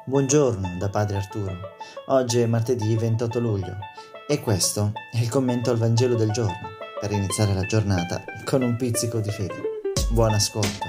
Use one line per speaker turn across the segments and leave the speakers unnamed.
Buongiorno da Padre Arturo. Oggi è martedì 28 luglio e questo è il commento al Vangelo del giorno per iniziare la giornata con un pizzico di fede. Buon ascolto.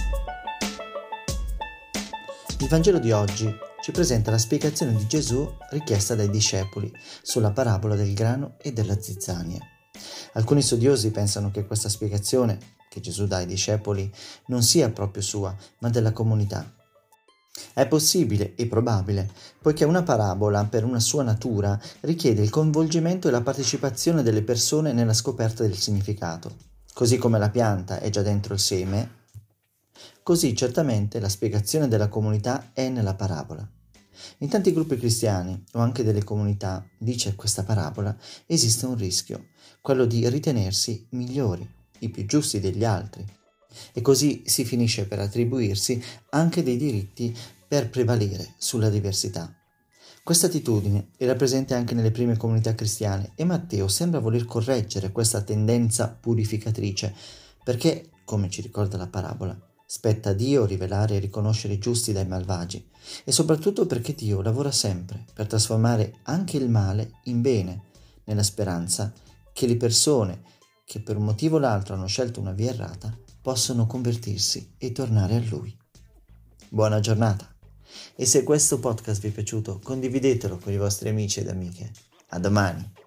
Il Vangelo di oggi ci presenta la spiegazione di Gesù richiesta dai discepoli sulla parabola del grano e della zizzania. Alcuni studiosi pensano che questa spiegazione che Gesù dà ai discepoli non sia proprio sua, ma della comunità. È possibile e probabile, poiché una parabola, per una sua natura, richiede il coinvolgimento e la partecipazione delle persone nella scoperta del significato. Così come la pianta è già dentro il seme, così certamente la spiegazione della comunità è nella parabola. In tanti gruppi cristiani, o anche delle comunità, dice questa parabola, esiste un rischio, quello di ritenersi migliori, i più giusti degli altri. E così si finisce per attribuirsi anche dei diritti per prevalere sulla diversità. Questa attitudine era presente anche nelle prime comunità cristiane e Matteo sembra voler correggere questa tendenza purificatrice, perché, come ci ricorda la parabola, spetta a Dio rivelare e riconoscere i giusti dai malvagi, e soprattutto perché Dio lavora sempre per trasformare anche il male in bene, nella speranza che le persone che per un motivo o l'altro hanno scelto una via errata possono convertirsi e tornare a Lui. Buona giornata! E se questo podcast vi è piaciuto, condividetelo con i vostri amici ed amiche. A domani!